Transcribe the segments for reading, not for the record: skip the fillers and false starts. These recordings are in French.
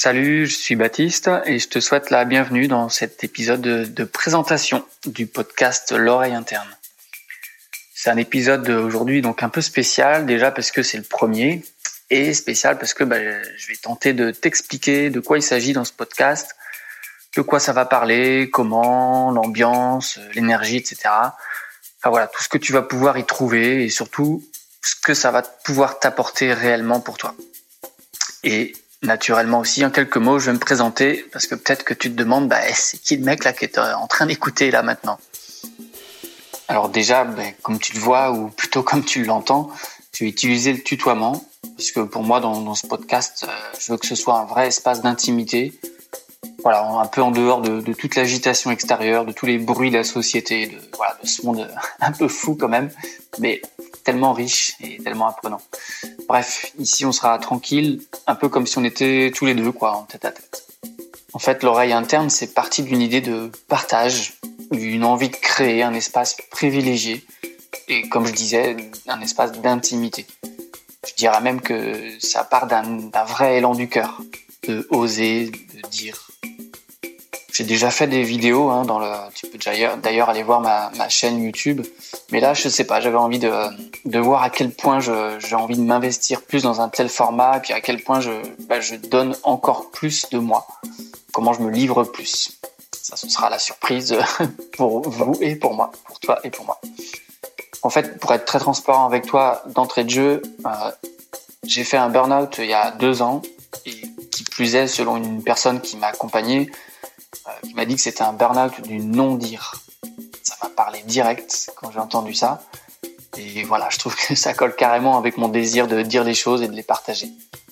Salut, je suis Baptiste et je te souhaite la bienvenue dans cet épisode de présentation du podcast L'Oreille Interne. C'est un épisode aujourd'hui donc un peu spécial, déjà parce que c'est le premier, et spécial parce que je vais tenter de t'expliquer de quoi il s'agit dans ce podcast, de quoi ça va parler, comment, l'ambiance, l'énergie, etc. Enfin voilà, tout ce que tu vas pouvoir y trouver et surtout ce que ça va pouvoir t'apporter réellement pour toi. Et naturellement aussi, en quelques mots, je vais me présenter parce que peut-être que tu te demandes, c'est qui le mec là qui est en train d'écouter là maintenant ? Alors déjà, comme tu le vois, ou plutôt comme tu l'entends, je vais utiliser le tutoiement parce que pour moi, dans ce podcast, je veux que ce soit un vrai espace d'intimité. Voilà, un peu en dehors de toute l'agitation extérieure, de tous les bruits de la société, de ce monde un peu fou quand même, mais tellement riche et tellement apprenant. Bref, ici on sera tranquille, un peu comme si on était tous les deux, en tête à tête. En fait, l'oreille interne, c'est parti d'une idée de partage, d'une envie de créer un espace privilégié et, comme je disais, un espace d'intimité. Je dirais même que ça part d'un vrai élan du cœur, de oser, de dire. J'ai déjà fait des vidéos, tu peux d'ailleurs aller voir ma chaîne YouTube. Mais là, je sais pas, j'avais envie de voir à quel point j'ai envie de m'investir plus dans un tel format, et puis à quel point je donne encore plus de moi. Comment je me livre plus. Ça, ce sera la surprise pour vous et pour moi, pour toi et pour moi. En fait, pour être très transparent avec toi, d'entrée de jeu, j'ai fait un burn-out il y a 2 ans, et qui plus est, selon une personne qui m'a accompagné, qui m'a dit que c'était un burn-out du non-dire. Ça m'a parlé direct quand j'ai entendu ça. Et voilà, je trouve que ça colle carrément avec mon désir de dire les choses et de les partager.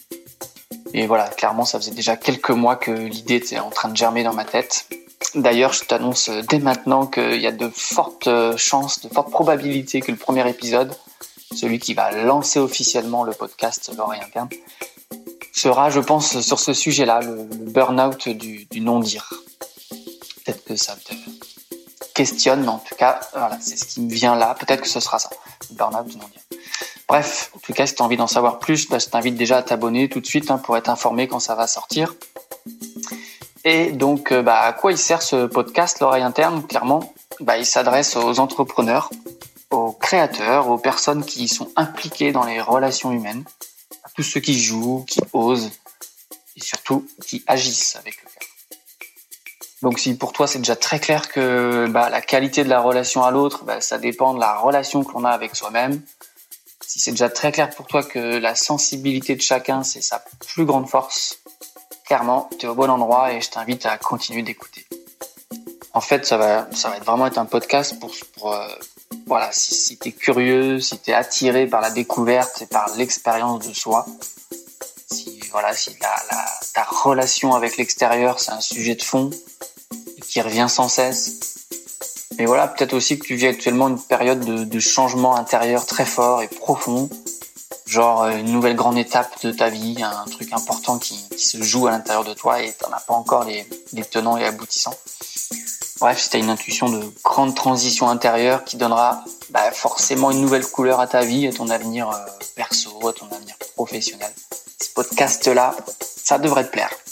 Et voilà, clairement, ça faisait déjà quelques mois que l'idée était en train de germer dans ma tête. D'ailleurs, je t'annonce dès maintenant qu'il y a de fortes chances, de fortes probabilités que le premier épisode, celui qui va lancer officiellement le podcast L'Oreille Interne, sera, je pense, sur ce sujet-là, le burn-out du non-dire. Peut-être que ça te questionne, mais en tout cas, voilà, c'est ce qui me vient là. Peut-être que ce sera ça, le burn-out du non-dire. Bref, en tout cas, si tu as envie d'en savoir plus, je t'invite déjà à t'abonner tout de suite pour être informé quand ça va sortir. Et donc, à quoi il sert ce podcast, L'Oreille Interne ? Clairement, il s'adresse aux entrepreneurs, aux créateurs, aux personnes qui sont impliquées dans les relations humaines, à tous ceux qui jouent, qui osent, et surtout qui agissent avec le cœur. Donc si pour toi c'est déjà très clair que la qualité de la relation à l'autre, ça dépend de la relation que l'on a avec soi-même. Si c'est déjà très clair pour toi que la sensibilité de chacun c'est sa plus grande force, clairement tu es au bon endroit et je t'invite à continuer d'écouter. En fait ça va vraiment être un podcast pour si tu es curieux, si tu es attiré par la découverte et par l'expérience de soi. Si ta relation avec l'extérieur c'est un sujet de fond qui revient sans cesse. Mais voilà, peut-être aussi que tu vis actuellement une période de changement intérieur très fort et profond, genre une nouvelle grande étape de ta vie, un truc important qui se joue à l'intérieur de toi et t'en as pas encore les tenants et aboutissants. Bref, si t'as une intuition de grande transition intérieure qui donnera forcément une nouvelle couleur à ta vie, à ton avenir perso, à ton avenir professionnel. Ce podcast-là, ça devrait te plaire.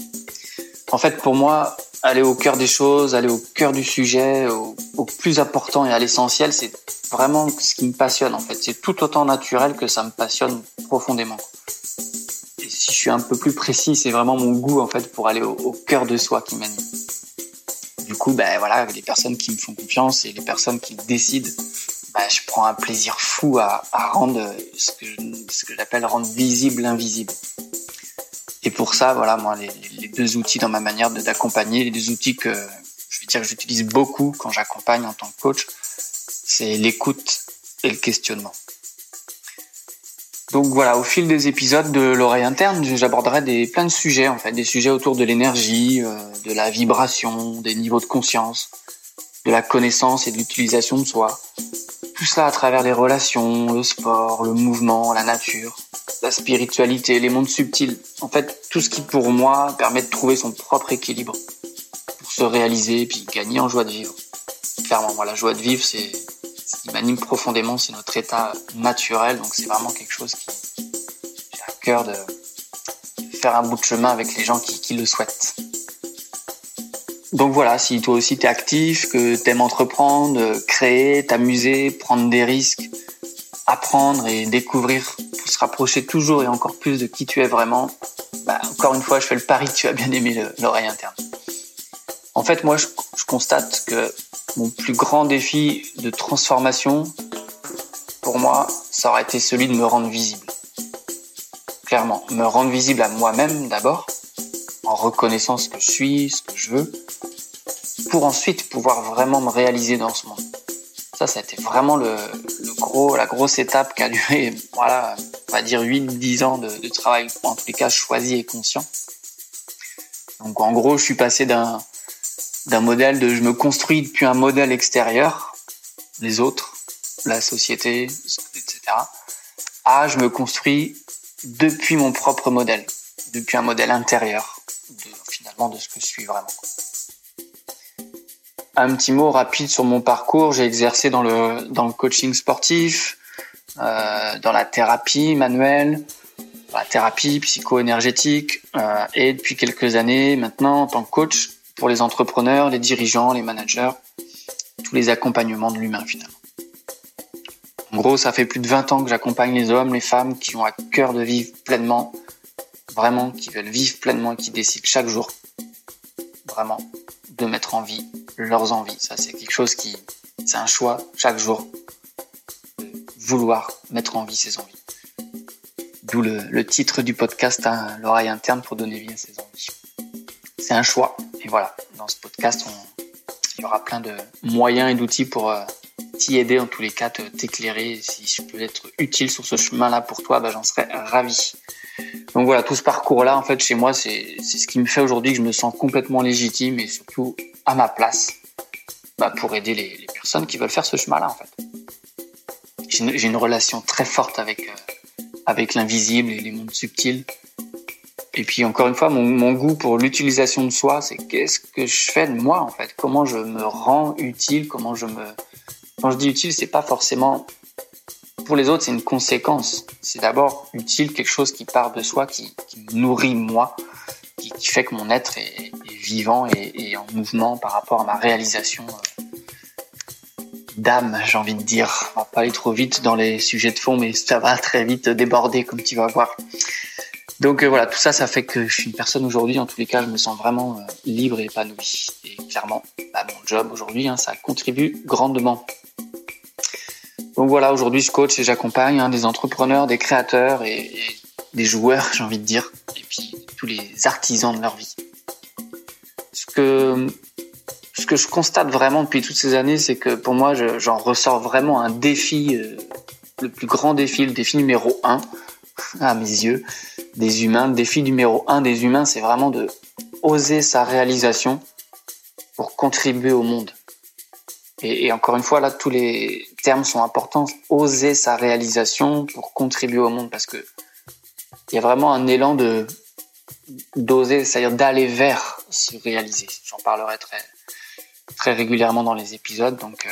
En fait, pour moi, aller au cœur des choses, aller au cœur du sujet, au plus important et à l'essentiel, c'est vraiment ce qui me passionne en fait. C'est tout autant naturel que ça me passionne profondément. Et si je suis un peu plus précis, c'est vraiment mon goût en fait pour aller au cœur de soi qui m'anime. Du coup, les personnes qui me font confiance et les personnes qui décident, je prends un plaisir fou à rendre ce que j'appelle rendre visible l'invisible. Et pour ça, moi, les 2 outils dans ma manière d'accompagner, les 2 outils que j'utilise beaucoup quand j'accompagne en tant que coach, c'est l'écoute et le questionnement. Donc voilà, au fil des épisodes de L'Oreille Interne, j'aborderai plein de sujets, en fait, des sujets autour de l'énergie, de la vibration, des niveaux de conscience, de la connaissance et de l'utilisation de soi. Tout cela à travers les relations, le sport, le mouvement, la nature, la spiritualité, les mondes subtils. En fait, tout ce qui, pour moi, permet de trouver son propre équilibre pour se réaliser et puis gagner en joie de vivre. Clairement, moi, la joie de vivre, c'est ce qui m'anime profondément, c'est notre état naturel. Donc, c'est vraiment quelque chose qui j'ai à cœur de faire un bout de chemin avec les gens qui le souhaitent. Donc voilà, si toi aussi t'es actif, que t'aimes entreprendre, créer, t'amuser, prendre des risques, apprendre et découvrir pour se rapprocher toujours et encore plus de qui tu es vraiment, encore une fois, je fais le pari que tu as bien aimé l'oreille interne. En fait, moi, je constate que mon plus grand défi de transformation, pour moi, ça aurait été celui de me rendre visible. Clairement, me rendre visible à moi-même d'abord, en reconnaissant ce que je suis, ce que je veux, pour ensuite pouvoir vraiment me réaliser dans ce monde. Ça a été vraiment la grosse étape qui a duré, on va dire 8-10 ans de travail, en tous les cas choisi et conscient. Donc en gros, je suis passé d'un modèle je me construis depuis un modèle extérieur, les autres, la société, etc., à je me construis depuis mon propre modèle, depuis un modèle intérieur, finalement de ce que je suis vraiment. Un petit mot rapide sur mon parcours. J'ai exercé dans le coaching sportif, dans la thérapie manuelle, la thérapie psycho-énergétique, et depuis quelques années maintenant en tant que coach pour les entrepreneurs, les dirigeants, les managers, tous les accompagnements de l'humain finalement. En gros, ça fait plus de 20 ans que j'accompagne les hommes, les femmes qui ont à cœur de vivre pleinement, vraiment, qui veulent vivre pleinement et qui décident chaque jour, vraiment, de mettre en vie leurs envies. Ça, c'est quelque chose c'est un choix chaque jour, de vouloir mettre en vie ses envies. D'où le titre du podcast, l'oreille interne pour donner vie à ses envies. C'est un choix. Et voilà, dans ce podcast, il y aura plein de moyens et d'outils pour t'y aider, en tous les cas, t'éclairer. Et si je peux être utile sur ce chemin-là pour toi, j'en serais ravi. Donc voilà, tout ce parcours-là, en fait, chez moi, c'est ce qui me fait aujourd'hui que je me sens complètement légitime et surtout à ma place pour aider les personnes qui veulent faire ce chemin-là, en fait. J'ai une relation très forte avec l'invisible et les mondes subtils. Et puis, encore une fois, mon goût pour l'utilisation de soi, c'est qu'est-ce que je fais de moi, en fait? Comment je me rends utile? Quand je dis utile, c'est pas forcément pour les autres, c'est une conséquence. C'est d'abord utile, quelque chose qui part de soi, qui me nourrit moi, qui fait que mon être est vivant et en mouvement par rapport à ma réalisation d'âme, j'ai envie de dire. On va pas aller trop vite dans les sujets de fond, mais ça va très vite déborder, comme tu vas voir. Donc voilà, tout ça, ça fait que je suis une personne aujourd'hui, en tous les cas, je me sens vraiment libre et épanoui. Et clairement, mon job aujourd'hui, ça contribue grandement. Donc voilà, aujourd'hui, je coach et j'accompagne des entrepreneurs, des créateurs et des joueurs, j'ai envie de dire, et puis tous les artisans de leur vie. Ce que je constate vraiment depuis toutes ces années, c'est que pour moi, j'en ressors vraiment un défi, le plus grand défi, le défi numéro 1, à mes yeux, des humains. Le défi numéro 1 des humains, c'est vraiment de oser sa réalisation pour contribuer au monde. Et encore une fois, là, tous les termes sont importants. Oser sa réalisation pour contribuer au monde, parce que il y a vraiment un élan d'oser, c'est-à-dire d'aller vers se réaliser. J'en parlerai très, très régulièrement dans les épisodes. Donc,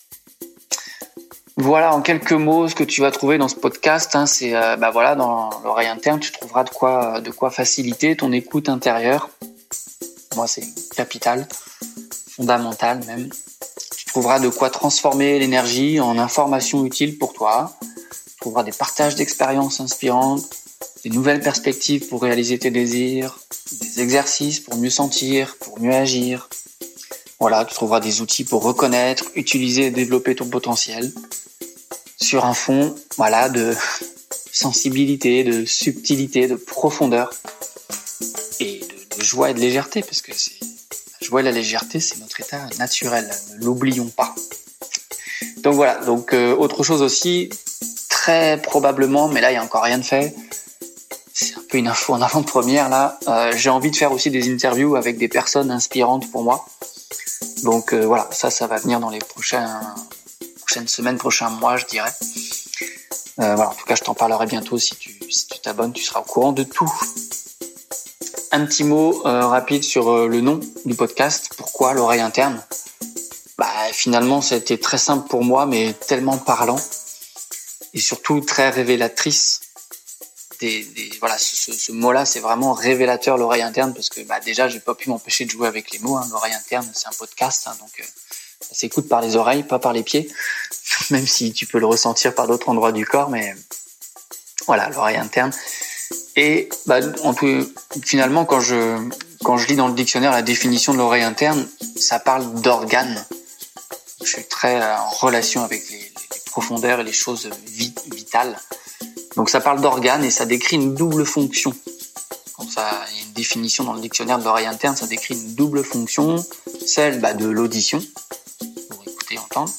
voilà, en quelques mots, ce que tu vas trouver dans ce podcast, c'est, dans l'oreille interne, tu trouveras de quoi faciliter ton écoute intérieure. Moi, c'est capital, fondamental même. Tu trouveras de quoi transformer l'énergie en informations utiles pour toi. Tu trouveras des partages d'expériences inspirantes, des nouvelles perspectives pour réaliser tes désirs, des exercices pour mieux sentir, pour mieux agir. Voilà, tu trouveras des outils pour reconnaître, utiliser et développer ton potentiel sur un fond, de sensibilité, de subtilité, de profondeur et de joie et de légèreté, parce que la joie et la légèreté, c'est notre état naturel, ne l'oublions pas. Donc voilà, autre chose aussi, très probablement, mais là il n'y a encore rien de fait, c'est un peu une info en avant-première là, j'ai envie de faire aussi des interviews avec des personnes inspirantes pour moi. Donc voilà, ça va venir dans les prochaines semaines, prochains mois, je dirais. En tout cas, je t'en parlerai bientôt. Si tu t'abonnes, tu seras au courant de tout. Un petit mot rapide sur le nom du podcast. Pourquoi l'oreille interne? Finalement, ça a été très simple pour moi, mais tellement parlant et surtout très révélatrice voilà, ce mot-là, c'est vraiment révélateur, l'oreille interne, parce que déjà, j'ai pas pu m'empêcher de jouer avec les mots. L'oreille interne, c'est un podcast, donc ça s'écoute par les oreilles, pas par les pieds, même si tu peux le ressentir par d'autres endroits du corps, mais voilà, l'oreille interne. Et finalement, quand je lis dans le dictionnaire la définition de l'oreille interne, ça parle d'organes. Je suis très en relation avec les profondeurs et les choses vitales. Donc ça parle d'organes et ça décrit une double fonction. Quand il y a une définition dans le dictionnaire de l'oreille interne, ça décrit une double fonction, celle de l'audition, pour écouter et entendre,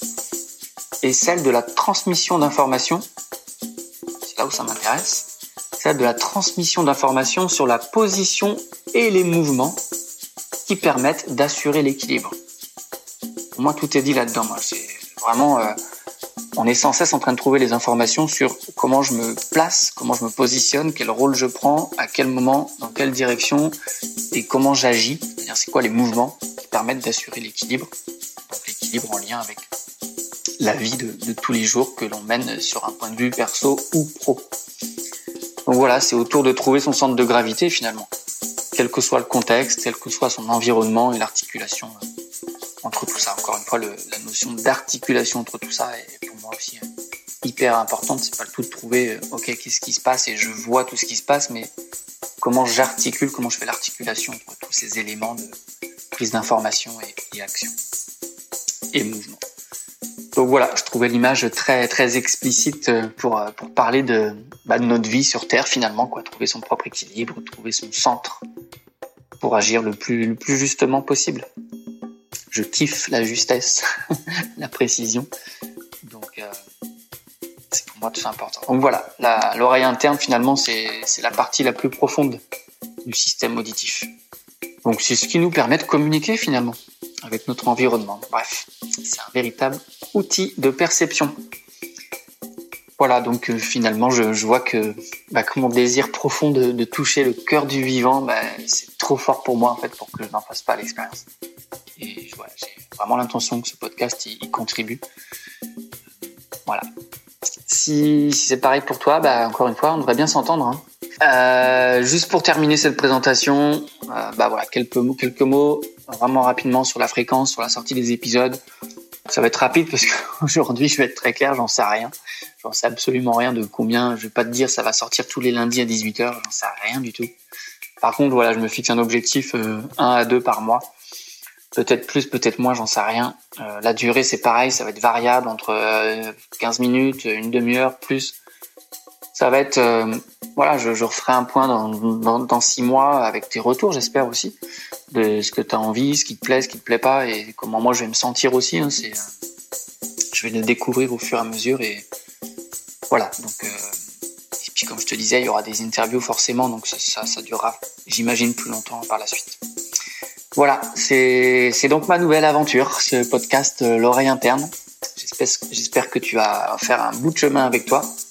et celle de la transmission d'informations, c'est là où ça m'intéresse, celle de la transmission d'informations sur la position et les mouvements qui permettent d'assurer l'équilibre. Pour moi, tout est dit là-dedans. C'est vraiment... on est sans cesse en train de trouver les informations sur comment je me place, comment je me positionne, quel rôle je prends, à quel moment, dans quelle direction et comment j'agis. C'est-à-dire, c'est quoi les mouvements qui permettent d'assurer l'équilibre. Donc l'équilibre en lien avec la vie de tous les jours que l'on mène sur un point de vue perso ou pro. Donc voilà, c'est autour de trouver son centre de gravité finalement. Quel que soit le contexte, quel que soit son environnement et l'articulation entre tout ça. Encore une fois, la notion d'articulation entre tout ça est pour moi aussi hyper importante. C'est pas le tout de trouver, qu'est-ce qui se passe et je vois tout ce qui se passe, mais comment j'articule, comment je fais l'articulation entre tous ces éléments de prise d'information et action et mouvement. Donc voilà, je trouvais l'image très très explicite pour parler de notre vie sur Terre finalement, trouver son propre équilibre, trouver son centre pour agir le plus justement possible. Je kiffe la justesse, la précision. Donc, c'est pour moi tout important. Donc voilà, l'oreille interne, finalement, c'est la partie la plus profonde du système auditif. Donc c'est ce qui nous permet de communiquer, finalement, avec notre environnement. Bref, c'est un véritable outil de perception. Voilà, donc finalement, je vois que mon désir profond de toucher le cœur du vivant, c'est trop fort pour moi, en fait, pour que je n'en fasse pas l'expérience. Et voilà, j'ai vraiment l'intention que ce podcast il contribue. Voilà. Si c'est pareil pour toi, encore une fois, on devrait bien s'entendre. Juste pour terminer cette présentation, voilà, quelques mots vraiment rapidement sur la fréquence, sur la sortie des épisodes. Ça va être rapide parce qu'aujourd'hui, je vais être très clair, j'en sais rien. J'en sais absolument rien de combien. Je vais pas te dire ça va sortir tous les lundis à 18h, j'en sais rien du tout. Par contre, voilà, je me fixe un objectif 1 à 2 par mois. Peut-être plus, peut-être moins, j'en sais rien. La durée, c'est pareil, ça va être variable entre 15 minutes, une demi-heure, plus. Ça va être... je referai un point dans 6 mois avec tes retours, j'espère aussi, de ce que tu as envie, ce qui te plaît, ce qui te plaît pas, et comment moi je vais me sentir aussi. Je vais le découvrir au fur et à mesure, et voilà. Donc, et puis comme je te disais, il y aura des interviews forcément, donc ça durera, j'imagine, plus longtemps par la suite. Voilà, c'est donc ma nouvelle aventure, ce podcast L'oreille interne. J'espère que tu vas faire un bout de chemin avec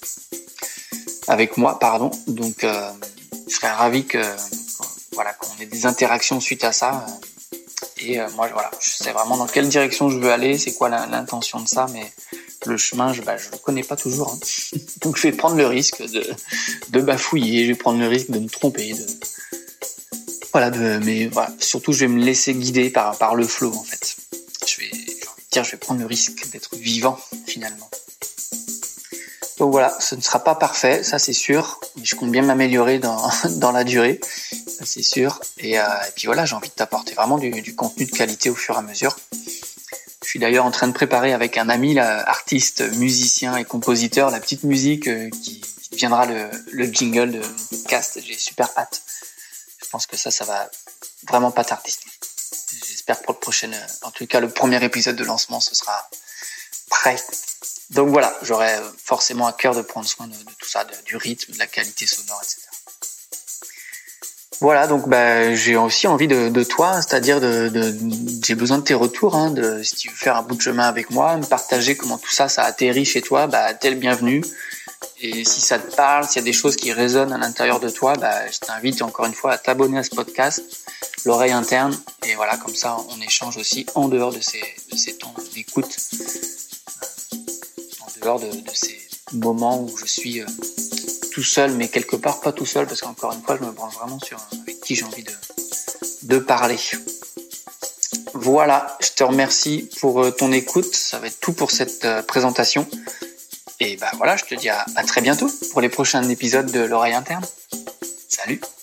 moi. Donc, je serais ravi qu'on ait des interactions suite à ça. Et moi, je sais vraiment dans quelle direction je veux aller, c'est quoi l'intention de ça, mais le chemin, je le connais pas toujours. Donc, je vais prendre le risque de bafouiller, je vais prendre le risque de me tromper, surtout je vais me laisser guider par le flow en fait. Je vais prendre le risque d'être vivant finalement. Donc voilà, ce ne sera pas parfait, ça c'est sûr, mais je compte bien m'améliorer dans la durée, ça c'est sûr. Et puis voilà, j'ai envie de t'apporter vraiment du contenu de qualité au fur et à mesure. Je suis d'ailleurs en train de préparer avec un ami, artiste, musicien et compositeur, la petite musique qui deviendra le jingle de podcast. J'ai super hâte. Je pense que ça va vraiment pas tarder. J'espère pour en tout cas le premier épisode de lancement, ce sera prêt. Donc voilà, j'aurai forcément à cœur de prendre soin de tout ça, du rythme, de la qualité sonore, etc. Voilà, donc j'ai aussi envie de toi, c'est-à-dire j'ai besoin de tes retours, si tu veux faire un bout de chemin avec moi, me partager comment tout ça atterrit chez toi, t'es le bienvenu. Et si ça te parle, s'il y a des choses qui résonnent à l'intérieur de toi, je t'invite encore une fois à t'abonner à ce podcast, l'oreille interne. Et voilà, comme ça, on échange aussi en dehors de ces temps d'écoute, en dehors de ces moments où je suis tout seul, mais quelque part pas tout seul, parce qu'encore une fois, je me branche vraiment sur avec qui j'ai envie de parler. Voilà, je te remercie pour ton écoute. Ça va être tout pour cette présentation. Et voilà, je te dis à très bientôt pour les prochains épisodes de l'oreille interne. Salut!